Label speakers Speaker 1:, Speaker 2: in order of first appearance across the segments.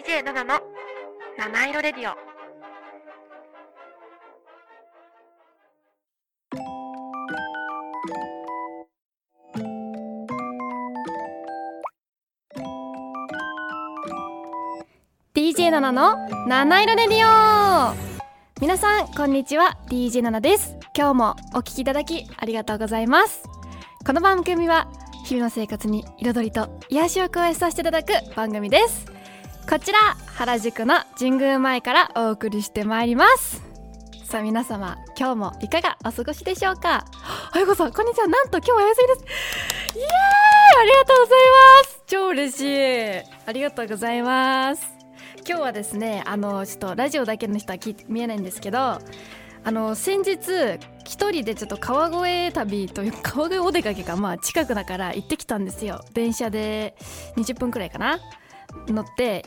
Speaker 1: DJ7 の七色レディオ。
Speaker 2: DJ7 の七色レディオ。皆さんこんにちは、 DJ7 です。今日もお聞きいただきありがとうございます。この番組は日々の生活に彩りと癒しを加えさせていただく番組です。こちら原宿の神宮前からお送りしてまいります。さあ皆様、今日もいかがお過ごしでしょうか。あやこさんこんにちは。なんと今日はお休みです。イエーイ、ありがとうございます。超嬉しい、ありがとうございます。今日はですね、ちょっとラジオだけの人は見えないんですけど、先日一人でちょっと川越旅という川越お出かけが近くだから行ってきたんですよ。電車で20分くらいかな、乗って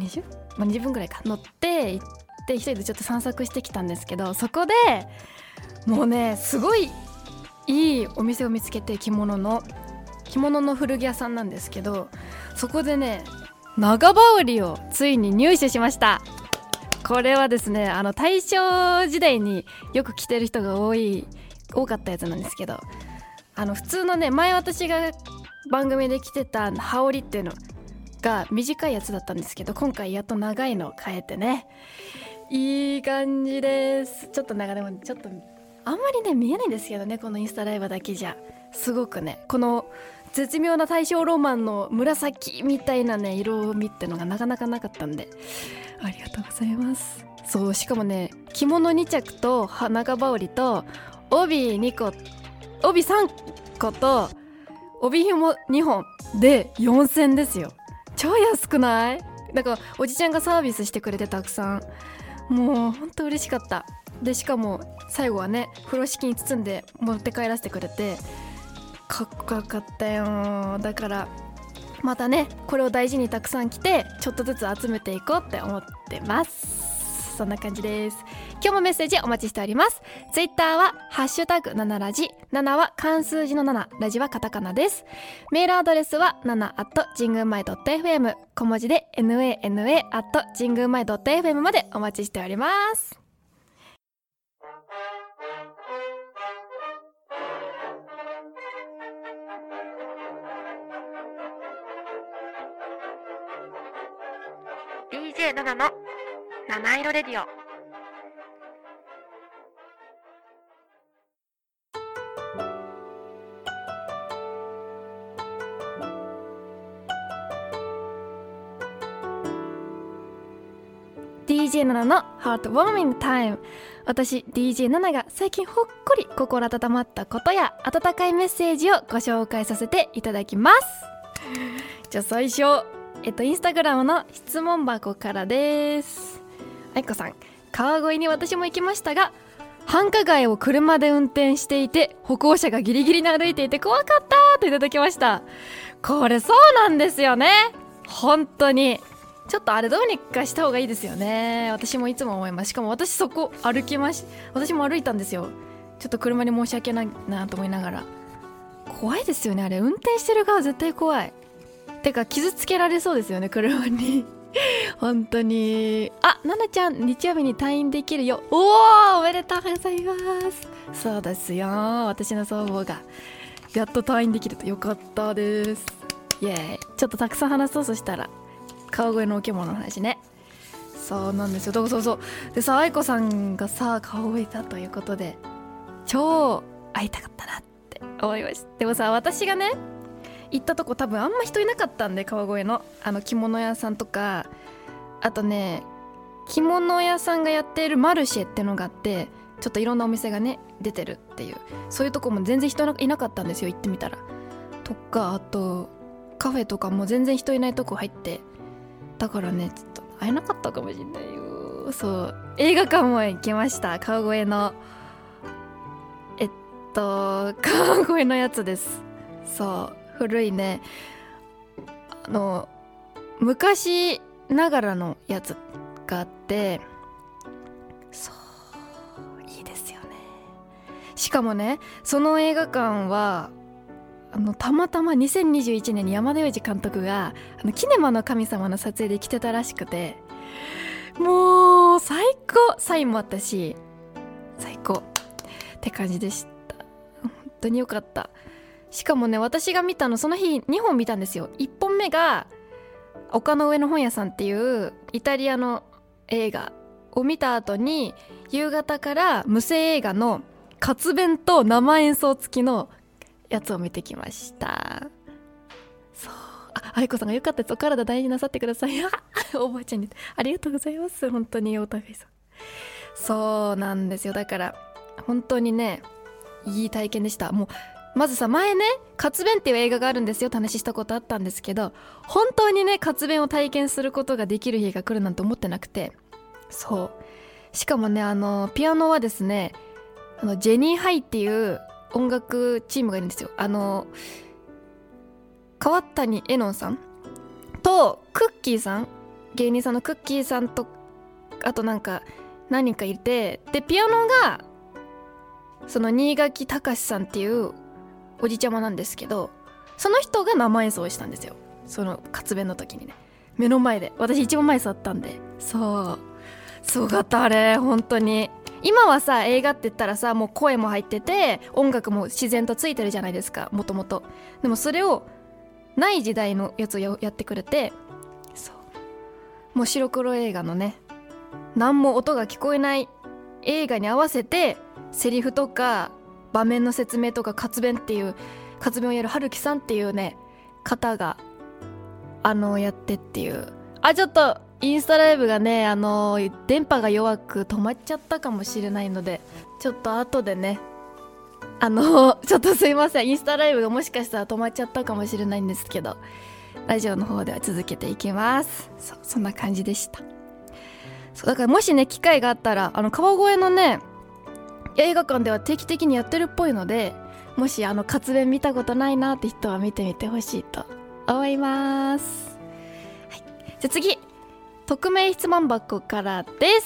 Speaker 2: 20分くらいか乗って行って一人でちょっと散策してきたんですけど、そこでもうねすごいいいお店を見つけて、着物の古着屋さんなんですけど、そこでね長羽織をついに入手しました。これはですね、大正時代によく着てる人が多かったやつなんですけど、普通のね、前私が番組で着てた羽織っていうのが短いやつだったんですけど、今回やっと長いのを変えてね、いい感じです。ちょっと長でもちょっとあんまりね見えないんですけどね、このインスタライブだけじゃ。すごくね、この絶妙な大正ロマンの紫みたいなね色味ってのがなかなかなかったんで、ありがとうございます。そう、しかもね着物2着と長羽織と帯2個、帯3個と帯紐2本で4000ですよ。超安くない？なんかおじちゃんがサービスしてくれて、たくさんもうほんと嬉しかった。でしかも最後はね風呂敷に包んで持って帰らせてくれて、かっこよかったよ。だからまたねこれを大事にたくさん着て、ちょっとずつ集めていこうって思ってます。そんな感じです。今日もメッセージお待ちしております。ツイッターはハッシュタグ7ラジ、7は漢数字の7、ラジはカタカナです。メールアドレスは7 神宮前 .fm、 小文字で nana 神宮前 .fm までお待ちしております。
Speaker 1: DJ7 の七色レディオ。
Speaker 2: DJ7 のハートウォーミングタイム。私 DJ7 が最近ほっこり心温まったことや温かいメッセージをご紹介させていただきます。じゃあ最初、インスタグラムの質問箱からです。あいこさん、川越に私も行きましたが、繁華街を車で運転していて歩行者がギリギリに歩いていて怖かったといただきました。これそうなんですよね、本当に。ちょっとあれどうにかした方がいいですよね。私もいつも思います。しかも私そこ私も歩いたんですよ。ちょっと車に申し訳ないなと思いながら。怖いですよね、あれ運転してる側絶対怖い。てか傷つけられそうですよね、車に本当に。ななちゃん日曜日に退院できるよ。おめでとうございます。そうですよ、私の祖母がやっと退院できるとよかったです。イエーイ。ちょっとたくさん話そう。そしたら川越のお獣の話ね。そうなんですよ。だからそうでさ、愛子さんがさ川越だということで超会いたかったなって思いました。でもさ、私がね行ったとこ多分あんま人いなかったんで、川越の着物屋さんとか、あとね着物屋さんがやっているマルシェってのがあって、ちょっといろんなお店がね出てるっていう、そういうとこも全然人いなかったんですよ、行ってみたら。とか、あとカフェとかも全然人いないとこ入って、だからねちょっと会えなかったかもしれないよ。そう、映画館も行きました。川越の川越のやつです。そう、古いね昔ながらのやつがあって、そういいですよね。しかもねその映画館はたまたま2021年に山田洋次監督がキネマの神様の撮影で来てたらしくて、もう最高、サインもあったし最高って感じでした。本当に良かった。しかもね、私が見たのその日2本見たんですよ。1本目が丘の上の本屋さんっていうイタリアの映画を見た後に、夕方から無声映画の活弁と生演奏付きのやつを見てきました。そう、愛子さんが良かったやつお体大事になさってくださいおばあちゃんにありがとうございます。本当にお互いさん。そうなんですよ。だから本当にね、いい体験でした。もうまずさ、前ね活弁っていう映画があるんですよって話したことあったんですけど、本当にね活弁を体験することができる日が来るなんて思ってなくて、そう、しかもねピアノはですね、ジェニーハイっていう音楽チームがいるんですよ。川谷絵音さんとクッキーさん、芸人さんのクッキーさんと、あとなんか何人かいて、でピアノがその新垣隆さんっていうおじちゃまなんですけど、その人が生演奏をしたんですよ。その活弁の時にね、目の前で、私一番前座ったんで、そうすごかった。あれ本当に今はさ、映画って言ったらさ、もう声も入ってて音楽も自然とついてるじゃないですか、もともと。でもそれをない時代のやつをやってくれて、そうもう白黒映画のね、何も音が聞こえない映画に合わせてセリフとか場面の説明とか活弁をやる春樹さんっていうね方がやってっていう、ちょっとインスタライブがね電波が弱く止まっちゃったかもしれないので、ちょっと後でねちょっとすいません、インスタライブがもしかしたら止まっちゃったかもしれないんですけど、ラジオの方では続けていきます。そんな感じでした。そうだからもしね機会があったら川越のね映画館では定期的にやってるっぽいので、もし活弁見たことないなって人は見てみてほしいと思います。はい、じゃあ次、匿名質問箱からです。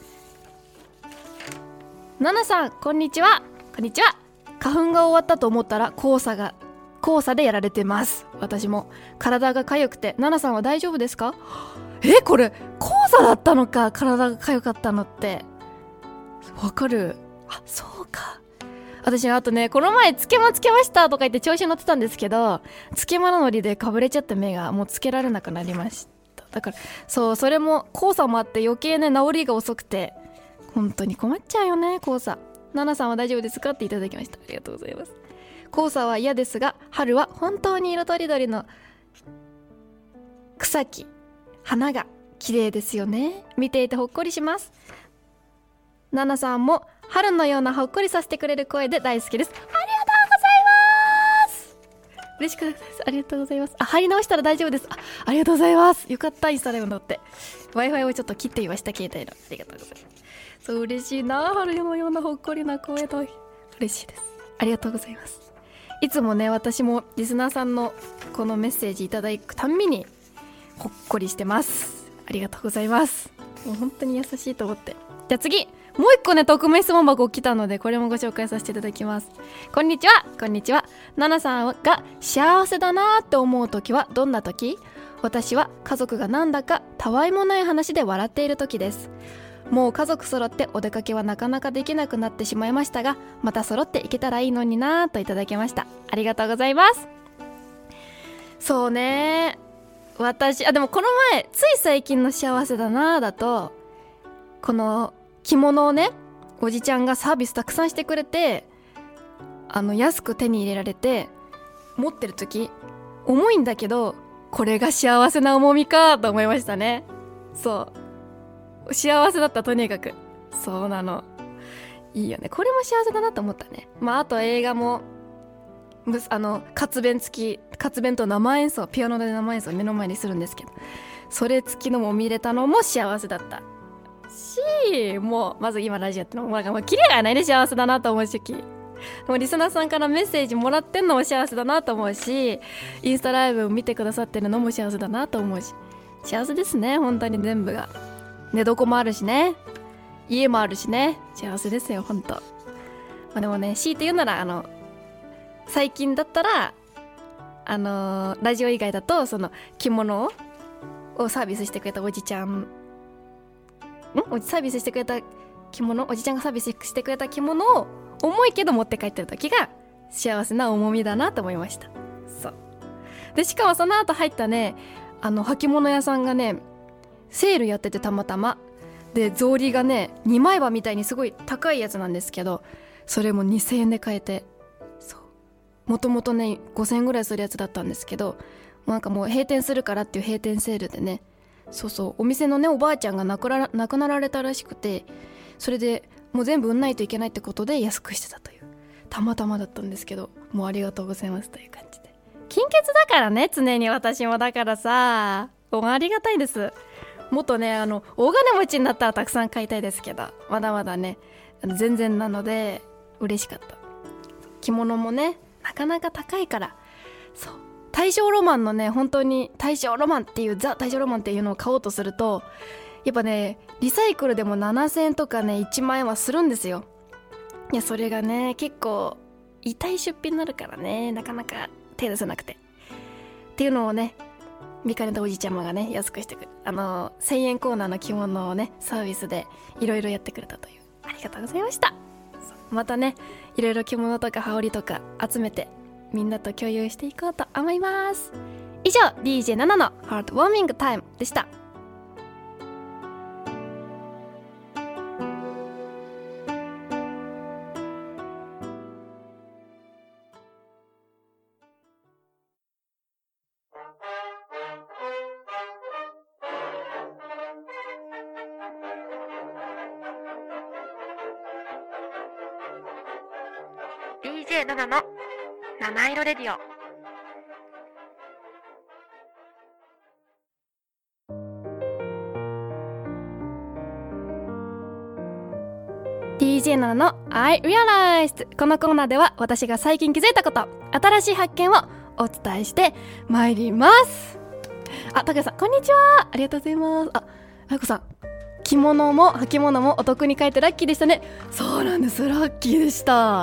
Speaker 2: ナナさんこんにちは。こんにちは。花粉が終わったと思ったら黄砂でやられてます。私も体が痒くて、ナナさんは大丈夫ですか？これ黄砂だったのか、体が痒かったのって。わかる。そうか。私あとね、この前つけまつけましたとか言って調子乗ってたんですけど、つけまののりでかぶれちゃって目がもうつけられなくなりました。だからそれも黄砂もあって余計ね治りが遅くて、本当に困っちゃうよね黄砂。ナナさんは大丈夫ですかっていただきました。ありがとうございます。黄砂は嫌ですが、春は本当に色とりどりの草木、花が綺麗ですよね。見ていてほっこりします。ナナさんも春のようなほっこりさせてくれる声で大好きです。ありがとうございます。嬉しくなります。ありがとうございます。入り直したら大丈夫です。ありがとうございます。よかった、インスタライブ乗って Wi-Fi をちょっと切ってみました、携帯の。ありがとうございます。そう嬉しいな、春のようなほっこりな声と嬉しいです。ありがとうございます。いつもね、私もリスナーさんのこのメッセージいただくたんびにほっこりしてます。ありがとうございます。もう本当に優しいと思って。じゃあ次、もう一個ね匿名質問箱来たので、これもご紹介させていただきます。こんにちは。こんにちは。ナナさんが幸せだなって思う時はどんな時？私は家族がなんだかたわいもない話で笑っている時です。もう家族揃ってお出かけはなかなかできなくなってしまいましたが、また揃っていけたらいいのになぁといただきました。ありがとうございます。そうね、私でもこの前つい最近の幸せだなぁだと、この着物をねおじちゃんがサービスたくさんしてくれて、安く手に入れられて持ってる時、重いんだけどこれが幸せな重みかと思いましたね。そう幸せだった。とにかくそうなの、いいよね。これも幸せだなと思ったね。あと映画も活弁と生演奏、ピアノで生演奏目の前にするんですけど、それ付きのも見れたのも幸せだったし、もうまず今ラジオやってのもうキレがないね、幸せだなと思うし、もうリスナーさんからメッセージもらってんのも幸せだなと思うし、インスタライブを見てくださってるのも幸せだなと思うし、幸せですね本当に。全部が寝床もあるしね、家もあるしね、幸せですよ本当。でもね、強いて言うなら最近だったらラジオ以外だとその着物をサービスしてくれたおじちゃんサービスしてくれた着物、おじちゃんがサービスしてくれた着物を重いけど持って帰ってる時が幸せな重みだなと思いました。そうで、しかもその後入ったね履物屋さんがねセールやってて、たまたまで草履がね2枚刃みたいにすごい高いやつなんですけど、それも2000円で買えて、もともとね5000円ぐらいするやつだったんですけど、なんかもう閉店するからっていう閉店セールでね、お店のねおばあちゃんが亡くなられたらしくて、それでもう全部売んないといけないってことで安くしてたという、たまたまだったんですけど、もうありがとうございますという感じで、金欠だからね常に私も、だからさもうありがたいです。もっとね大金持ちになったらたくさん買いたいですけど、まだまだね全然なので嬉しかった。着物もねなかなか高いから、大正ロマンのね、本当に大正ロマンっていうザ大正ロマンっていうのを買おうとすると、やっぱねリサイクルでも7000円とかね1万円はするんですよ。いや、それがね結構痛い出費になるからね、なかなか手出せなくてっていうのをね見かねたおじちゃまがね安くしてくれ、1000円コーナーの着物をねサービスでいろいろやってくれたという、ありがとうございました。またねいろいろ着物とか羽織とか集めてみんなと共有していこうと思います。以上 DJ ナナのハートウォーミングタイムでした。
Speaker 1: DJ ナナの七色レディオ。
Speaker 2: DJ ナナの I Realized。 このコーナーでは私が最近気づいたこと、新しい発見をお伝えしてまいります。あ、たけさんこんにちは、ありがとうございます。あやこさん、着物も履物もお得に買えてラッキーでしたね。そうなんです、ラッキーでした。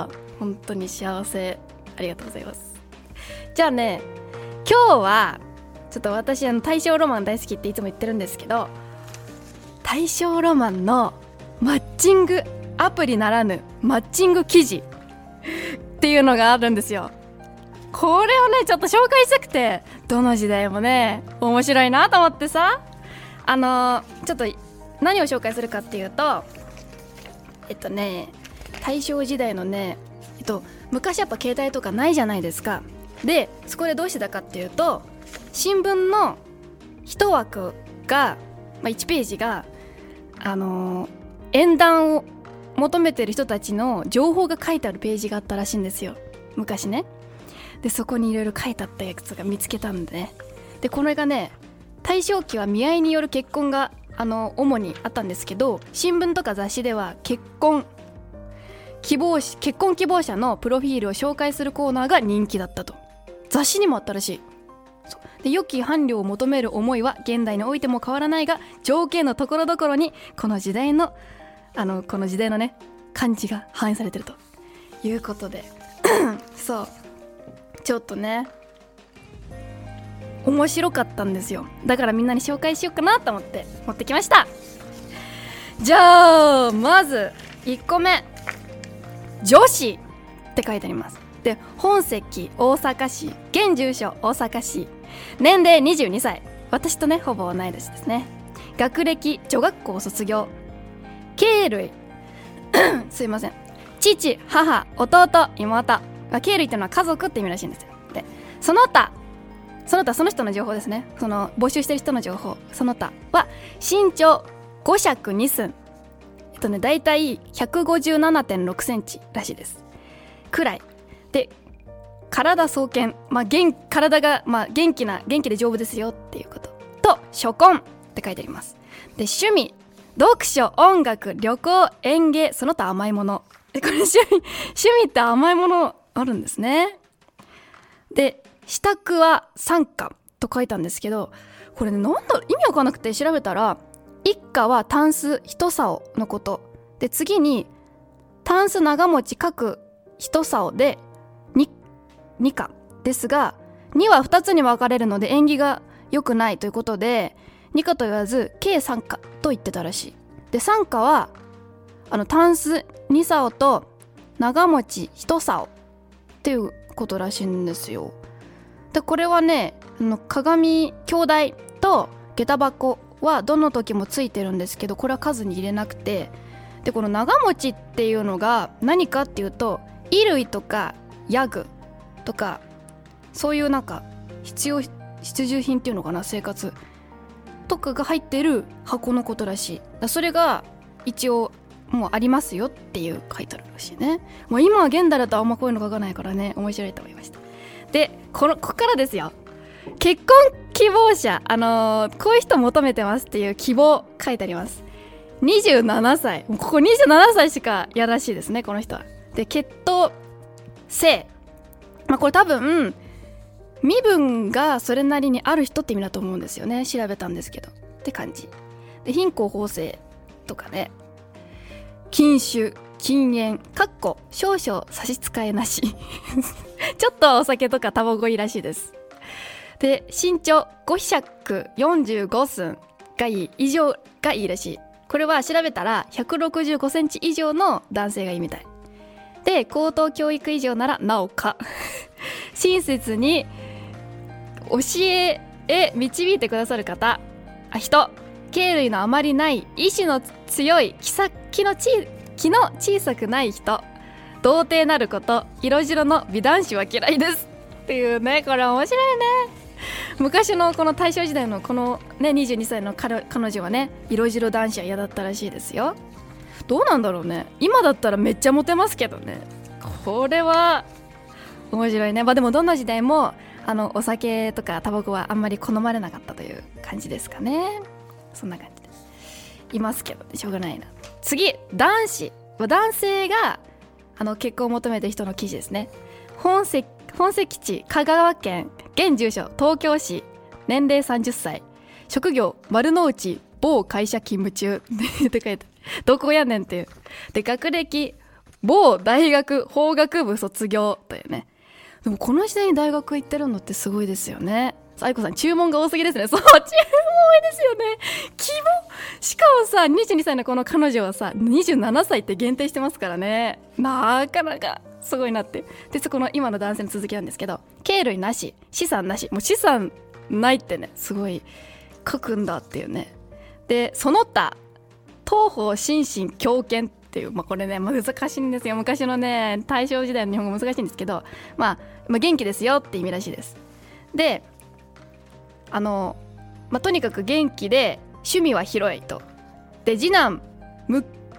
Speaker 2: 本当に幸せ、ありがとうございます。じゃあね、今日はちょっと私大正ロマン大好きっていつも言ってるんですけど、大正ロマンのマッチングアプリならぬマッチング記事っていうのがあるんですよ。これをねちょっと紹介したくて、どの時代もね面白いなと思ってさ、ちょっと何を紹介するかっていうと、大正時代のね、昔やっぱ携帯とかないじゃないですか。でそこでどうしてたかっていうと、新聞の一枠が、1ページが縁談を求めてる人たちの情報が書いてあるページがあったらしいんですよ、昔ね。でそこにいろいろ書いてあったやつが見つけたんでね。でこれがね、大正期は見合いによる結婚が主にあったんですけど、新聞とか雑誌では結婚希望者のプロフィールを紹介するコーナーが人気だったと。雑誌にもあったらしい。で良き伴侶を求める思いは現代においても変わらないが、条件のところどころにこの時代のね感じが反映されてるということでそうちょっとね面白かったんですよ。だからみんなに紹介しようかなと思って持ってきました。じゃあまず1個目、女子って書いてあります。で本籍大阪市、現住所大阪市、年齢22歳、私とねほぼ同い年ですね。学歴女学校卒業、系類すいません、父母弟妹、系類っていうのは家族って意味らしいんですよ。でその他その人の情報ですね、その募集してる人の情報、その他は身長5尺2寸、だいたい 157.6 センチらしいですくらいで、体壮健、体が、元気で丈夫ですよっていうことと、初婚って書いてあります。で趣味読書、音楽、旅行、園芸、その他甘いもの。これ趣味って甘いものあるんですね。で支度は三家と書いたんですけど、これね、なんだろう、意味わかんなくて調べたら、一家はタンス一竿のことで、次にタンス長持ち各一竿で二家ですが、 2は2つに分かれるので縁起が良くないということで、2価と言わず計3価と言ってたらしい。で3価はタンス2竿と長持ち1竿っていうことらしいんですよ。でこれはね、鏡兄弟と下駄箱はどの時もついてるんですけど、これは数に入れなくて、でこの長持ちっていうのが何かっていうと、衣類とかヤグとかそういうなんか必需品っていうのかな、生活とかが入ってる箱のことらしい。それが一応もうありますよっていう書いてあるらしいね。もう今は現代だとあんまこういうの書かないからね、面白いと思いました。でここからですよ。結婚希望者、こういう人求めてますっていう希望書いてあります。27歳、もうここ27歳しかやらしいですね、この人は。で血統性、これ多分身分がそれなりにある人って意味だと思うんですよね。調べたんですけどって感じで、貧困法制とかね、禁酒禁煙少々差し支えなしちょっとお酒とかタバコいいらしいです。で身長5尺45寸がいい、以上がいいらしい。これは調べたら165センチ以上の男性がいいみたいで、高等教育以上ならなおか親切に教えへ導いてくださる方、人、経類のあまりない意志の強い気の小さくない人、童貞なること、色白の美男子は嫌いですっていうね。これ面白いね。昔のこの大正時代のこのね22歳の彼女はね、色白男子は嫌だったらしいですよ。どうなんだろうね、今だったらめっちゃモテますけどね。これは面白いね。でもどんな時代もお酒とかタバコはあんまり好まれなかったという感じですかね。そんな感じでいますけどね、しょうがないな。次、男子、男性が結婚を求めてる人の記事ですね。本籍地香川県、現住所東京市、年齢30歳、職業丸の内某会社勤務中って書いて、どこやねんっていう。で学歴某大学法学部卒業というね。でもこの時代に大学行ってるのってすごいですよね。愛子さん、注文が多すぎですね。そう、注文多いですよね。希望、しかもさ、22歳のこの彼女はさ、27歳って限定してますからね。なかなかすごいなって。でこの今の男性の続きなんですけど、経類なし、資産なし、もう資産ないってね、すごい書くんだっていうね。でその他東方心身強健っていう、これね難しいんですよ。昔のね大正時代の日本語難しいんですけど、元気ですよって意味らしいです。でとにかく元気で趣味は広いと。で次男無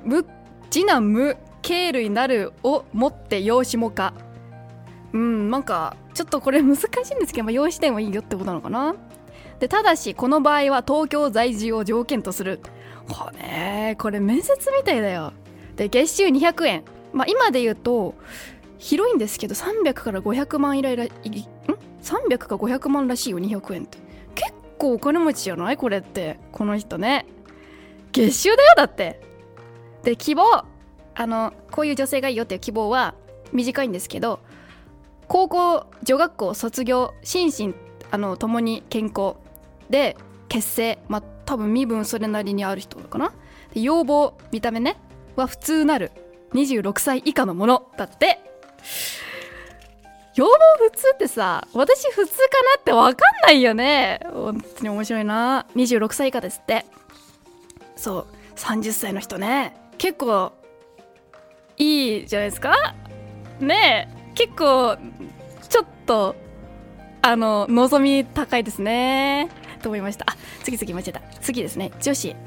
Speaker 2: 経類なるをもって養子もか。なんかちょっとこれ難しいんですけど、養子でもいいよってことなのかな。でただしこの場合は東京在住を条件とする。これ面接みたいだよ。で月収200円、今で言うと広いんですけど300から500万300か500万らしいよ。200円って結構お金持ちじゃない？これってこの人ね、月収だよだって。で希望、こういう女性がいいよっていう希望は短いんですけど、高校女学校卒業、心身ともに健康で結成、多分身分それなりにある人かな。で要望、見た目ねは普通なる26歳以下のものだって。要望普通ってさ、私普通かなって分かんないよね。本当に面白いな。26歳以下ですって。そう、30歳の人ね、結構いいじゃないですかね。結構ちょっと望み高いですねと思いました。次間違えた。次ですね、女子。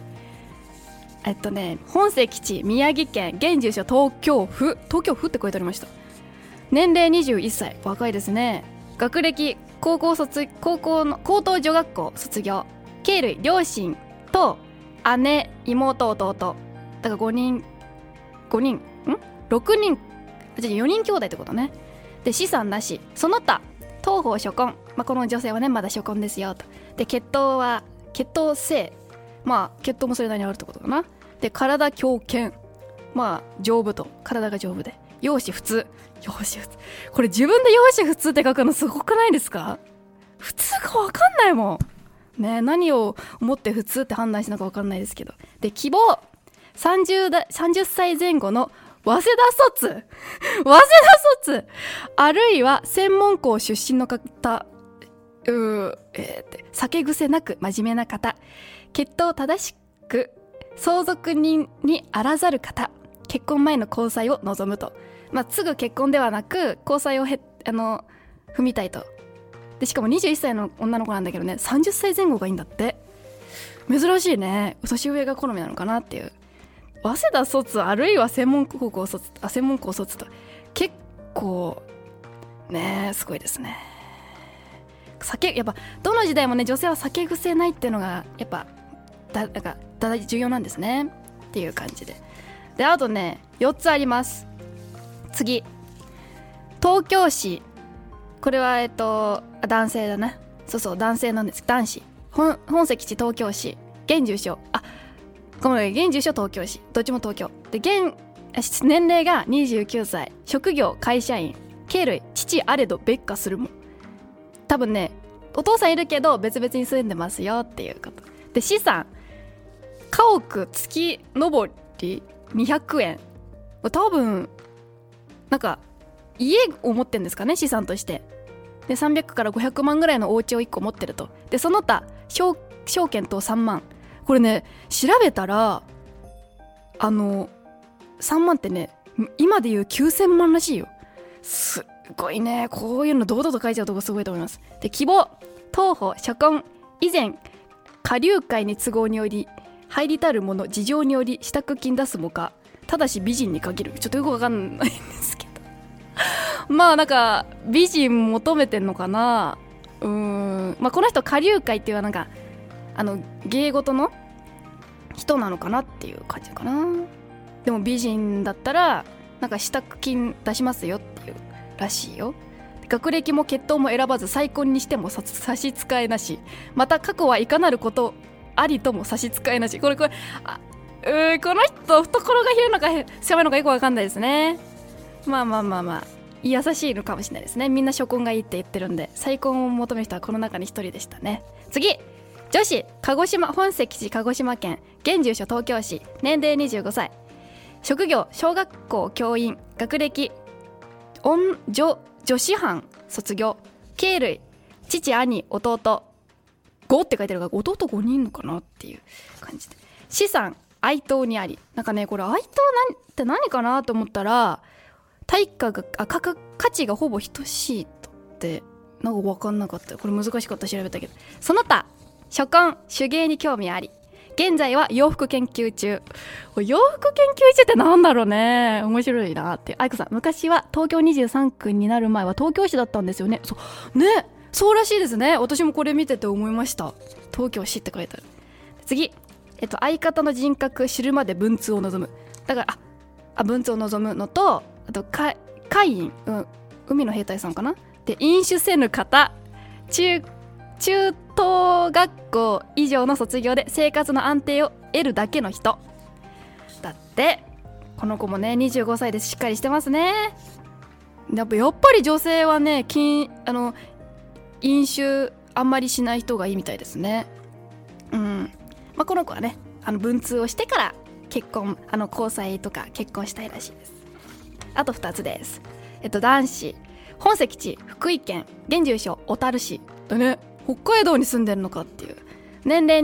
Speaker 2: 本籍地宮城県、現住所東京府って書いてありました。年齢21歳、若いですね。学歴高等女学校卒業、経類両親と姉妹弟だから4人4人兄弟ってことね。で資産なし、その他東方初婚、この女性はねまだ初婚ですよと。で血統性、血統もそれなりにあるってことかな。で体強健、丈夫と、体が丈夫で養子普通。これ自分で養子普通って書くのすごくないですか？ 普通が分かんないもんね。何を思って普通って判断したのか分かんないですけど。で、希望30歳前後の早稲田卒あるいは専門校出身の方、酒癖なく真面目な方、血統正しく相続人にあらざる方、結婚前の交際を望むと。すぐ結婚ではなく交際を踏みたいと。でしかも21歳の女の子なんだけどね、30歳前後がいいんだって。珍しいね。年上が好みなのかなっていう。早稲田卒あるいは専門校卒と結構ね、すごいですね。やっぱどの時代もね、女性は酒癖ないっていうのがやっぱ重要なんですねっていう感じで。で、あとね4つあります。次、東京市。これは男性だね。そう男性なんです。男子。本籍地東京市、現住所現住所東京市、どっちも東京で、年齢が29歳、職業会社員、経類父あれど別化するもん。多分ね、お父さんいるけど別々に住んでますよっていうことで、資産家屋月上り200円、多分なんか家を持ってんですかね、資産として。で、300から500万ぐらいのお家を1個持ってると。で、その他証券等3万。これね、調べたら3万ってね、今でいう9000万らしいよ。すごいね。こういうの堂々と書いちゃうとこすごいと思います。で、希望当方初婚以前下流会に都合により入りたるもの事情により支度金出すもか、ただし美人に限る。ちょっとよくわかんないんですけどなんか美人求めてんのかな。この人下流会っていうなんか芸事の人なのかなっていう感じかな。でも美人だったらなんか支度金出しますよっていうらしいよ。学歴も血統も選ばず再婚にしても差し支えなし、また過去はいかなることありとも差し支えなし。この人懐が広いのか狭いのかよくわかんないですね。優しいのかもしれないですね。みんな初婚がいいって言ってるんで、再婚を求める人はこの中に一人でしたね。次、女子本籍地鹿児島県、現住所東京市、年齢25歳、職業小学校教員、学歴女子班卒業、経類父兄弟5って書いてあるから弟5人いるのかなっていう感じで、資産愛党にあり。なんかね、これ愛党って何かなと思ったら、対価が価値がほぼ等しいとってなんか分かんなかった。これ難しかった、調べたけど。その他初婚手芸に興味あり、現在は洋服研究中。洋服研究中ってなんだろうね。面白いなって。愛子さん、昔は東京23区になる前は東京市だったんですよね。そうらしいですね。私もこれ見てて思いました。東京市って書いてある。次、相方の人格知るまで文通を望む。だから文通を望むのと、あと海員、海の兵隊さんかな。で、飲酒せぬ方、中等学校以上の卒業で生活の安定を得るだけの人だって。この子もね25歳でしっかりしてますね。やっぱり女性はね、飲酒あんまりしない人がいいみたいですね。この子はね、文通をしてから結婚、交際とか結婚したいらしいです。あと2つです。男子本籍地福井県、現住所小樽市だね。北海道に住んでるのかっていう。年齢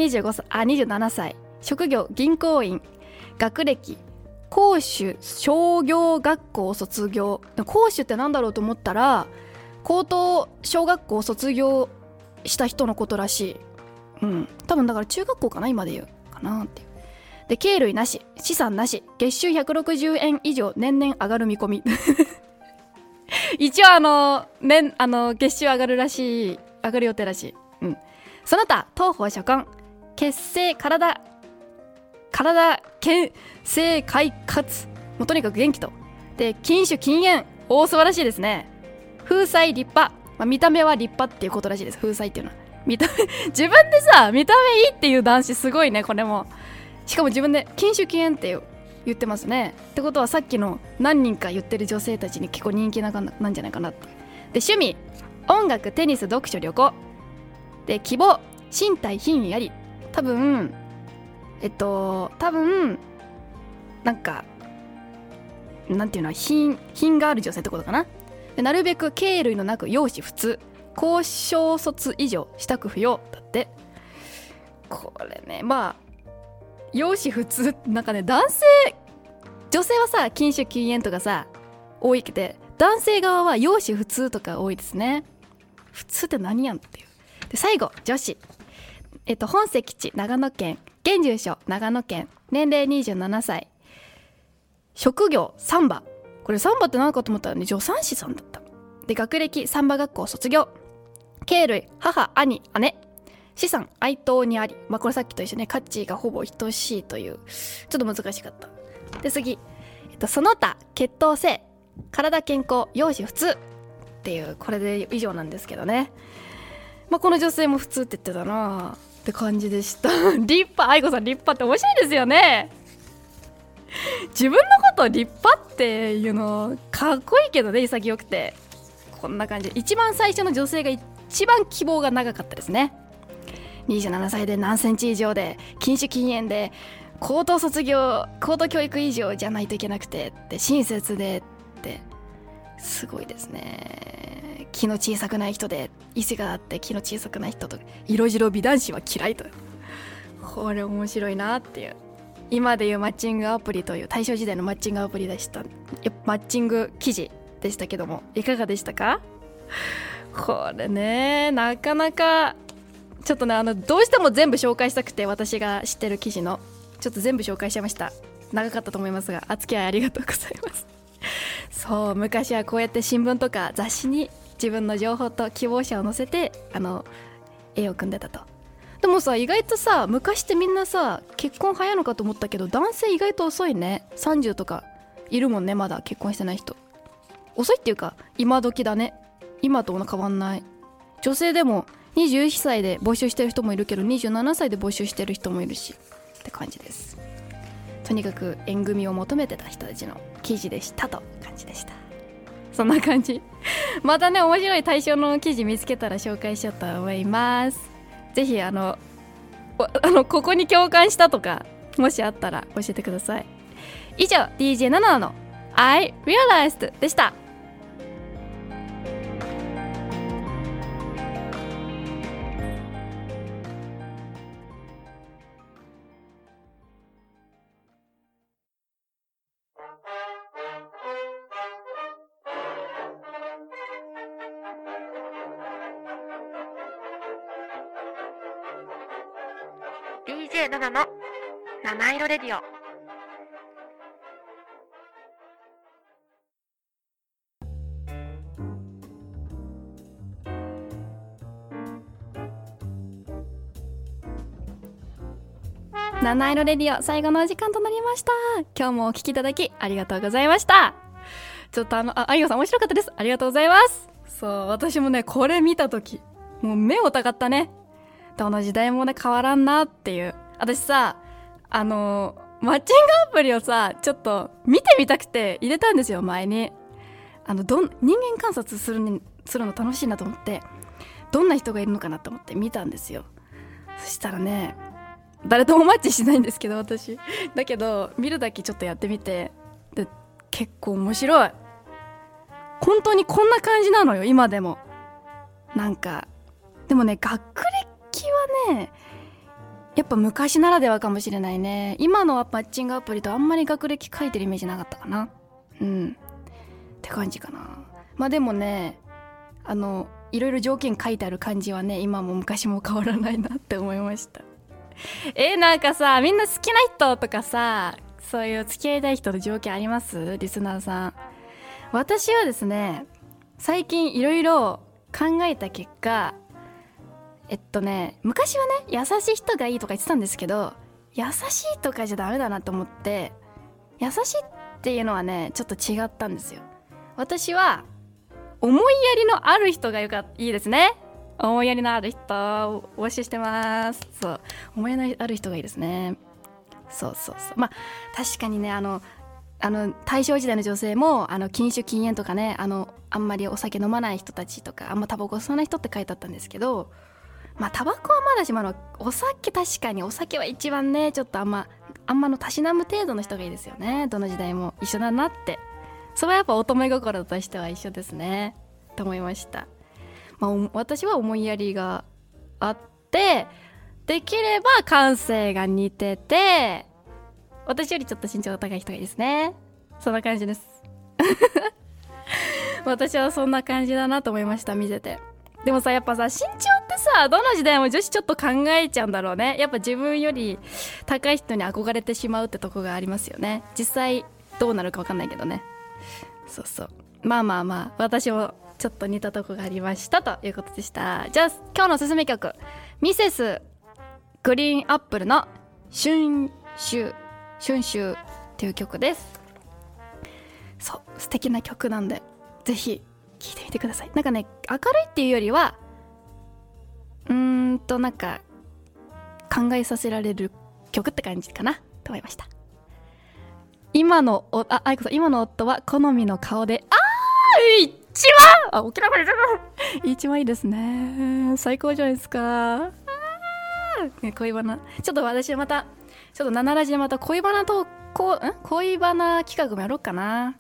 Speaker 2: 27歳、職業銀行員、学歴高州商業学校卒業。高州ってなんだろうと思ったら、高等小学校卒業した人のことらしい。多分だから中学校かな、今で言うかなっていう。で、経類なし、資産なし、月収160円以上、年々上がる見込み一応月収上がる予定らしい。その他当方初婚、結成体健成快活、もうとにかく元気と。で、禁酒禁煙、素晴らしいですね。風采立派、見た目は立派っていうことらしいです。風采っていうのは自分でさ、見た目いいっていう男子すごいね。これもしかも自分で禁酒禁煙って言ってますね。ってことはさっきの何人か言ってる女性たちに結構人気なんじゃないかなって。で、趣味音楽、テニス、読書、旅行。 で希望、身体品位あり。多分なんかなんていうの、品がある女性ってことかな。でなるべく経類のなく容姿普通、高小卒以上支度不要だって。これね、まあ容姿普通なんかね、女性はさ禁酒禁煙とかさ多いけど、男性側は容姿普通とか多いですね。普通って何やんっていう。で最後女子、本籍地長野県、現住所長野県、年齢27歳、職業サンバ。これサンバって何かと思ったらね、助産師さんだった。で学歴サンバ学校卒業、経類母兄姉、資産愛党にあり。まあこれさっきと一緒ね、価値がほぼ等しいという、ちょっと難しかった。で次、その他血統性、体健康、容姿普通っていう、これで以上なんですけどね。まあこの女性も普通って言ってたなって感じでした立派、愛子さん立派って面白いですよね。自分のことを立派っていうのかっこいいけどね、潔くて。こんな感じ。一番最初の女性が一番希望が長かったですね。27歳で何センチ以上で、禁酒禁煙で、高等卒業、高等教育以上じゃないといけなくてって、親切でって、すごいですね。気の小さくない人で、意志があって気の小さくない人と、色白美男子は嫌いと。これ面白いなっていう。今でいうマッチングアプリという、大正時代のマッチングアプリでした。マッチング記事でしたけども、いかがでしたか？これね、なかなかちょっとね、どうしても全部紹介したくて、私が知ってる記事のちょっと全部紹介しちゃいました。長かったと思いますが、お付き合いありがとうございます。そう、昔はこうやって新聞とか雑誌に自分の情報と希望者を載せて絵を組んでたと。でもさ、意外とさ、昔ってみんなさ結婚早いのかと思ったけど、男性意外と遅いね。30とかいるもんね、まだ結婚してない人。遅いっていうか今時だね。今と変わんない。女性でも21歳で募集してる人もいるけど、27歳で募集してる人もいるしって感じです。とにかく縁組を求めてた人たちの記事でしたと感じでした。そんな感じ。またね、面白い対象の記事見つけたら紹介しようと思います。ぜひここに共感したとかもしあったら教えてください。以上 DJ ナナの I Realized でした。
Speaker 1: DJ ナナの七色レディオ。
Speaker 2: 七色レディオ、最後のお時間となりました。今日もお聞きいただきありがとうございました。ちょっとあゆうさん面白かったです。ありがとうございます。そう、私もねこれ見たときもう目を疑ったね。どの時代もね変わらんなっていう。私さマッチングアプリをさちょっと見てみたくて入れたんですよ、前に。人間観察するの楽しいなと思って、どんな人がいるのかなと思って見たんですよ。そしたらね、誰ともマッチしないんですけど私だけど見るだけちょっとやってみて、で結構面白い。本当にこんな感じなのよ今でも。なんかでもね、学歴はねやっぱ昔ならではかもしれないね。今のマッチングアプリとあんまり学歴書いてるイメージなかったかな。って感じかな。まあでもね、いろいろ条件書いてある感じはね、今も昔も変わらないなって思いました。なんかさ、みんな好きな人とかさ、そういう付き合いたい人の条件あります？リスナーさん。私はですね、最近いろいろ考えた結果、昔はね優しい人がいいとか言ってたんですけど、優しいとかじゃダメだなと思って、優しいっていうのはねちょっと違ったんですよ。私は思いやりのある人がいいですね。思いやりのある人募集してます。そう、思いやりのある人がいいですね。そう。まあ確かにね、大正時代の女性も禁酒禁煙とかね、あんまりお酒飲まない人たちとか、あんまタバコ吸わない人って書いてあったんですけど、 まあタバコはまだしもお酒、確かにお酒は一番ねちょっとあんまのたしなむ程度の人がいいですよね。どの時代も一緒だなって、それはやっぱ乙女心としては一緒ですねと思いました。まあ私は思いやりがあって、できれば感性が似てて、私よりちょっと身長が高い人がいいですね。そんな感じです私はそんな感じだなと思いました、見てて。でもさ、やっぱさ、身長ってさ、どの時代も女子ちょっと考えちゃうんだろうね。やっぱ自分より高い人に憧れてしまうってとこがありますよね。実際どうなるか分かんないけどね。そうそう、まあ私もちょっと似たとこがありましたということでした。じゃあ今日のおすすめ曲、ミセスグリーンアップルの春秋っていう曲です。そう、素敵な曲なんでぜひ聴いてみてください。なんかね、明るいっていうよりはなんか考えさせられる曲って感じかなと思いました。今の愛子さん、今の夫は好みの顔で一番大きな声で一番いいですね。最高じゃないですか。恋バナ、ちょっと私はまたちょっと7ラジでまた恋バナ企画もやろうかな。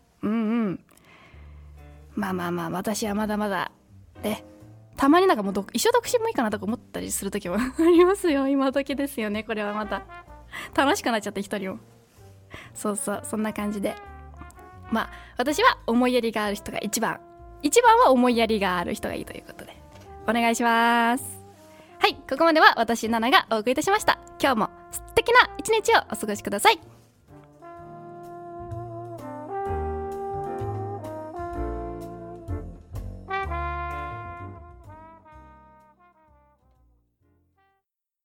Speaker 2: まあ私はまだまだね、たまになんかもう一生独身もいいかなとか思ったりする時もありますよ。今時ですよね。これはまた楽しくなっちゃって、一人も。そう、そんな感じで、まあ私は思いやりがある人が一番は思いやりがある人がいいということでお願いします。はい、ここまでは私ナナがお送りいたしました。今日も素敵な一日をお過ごしください。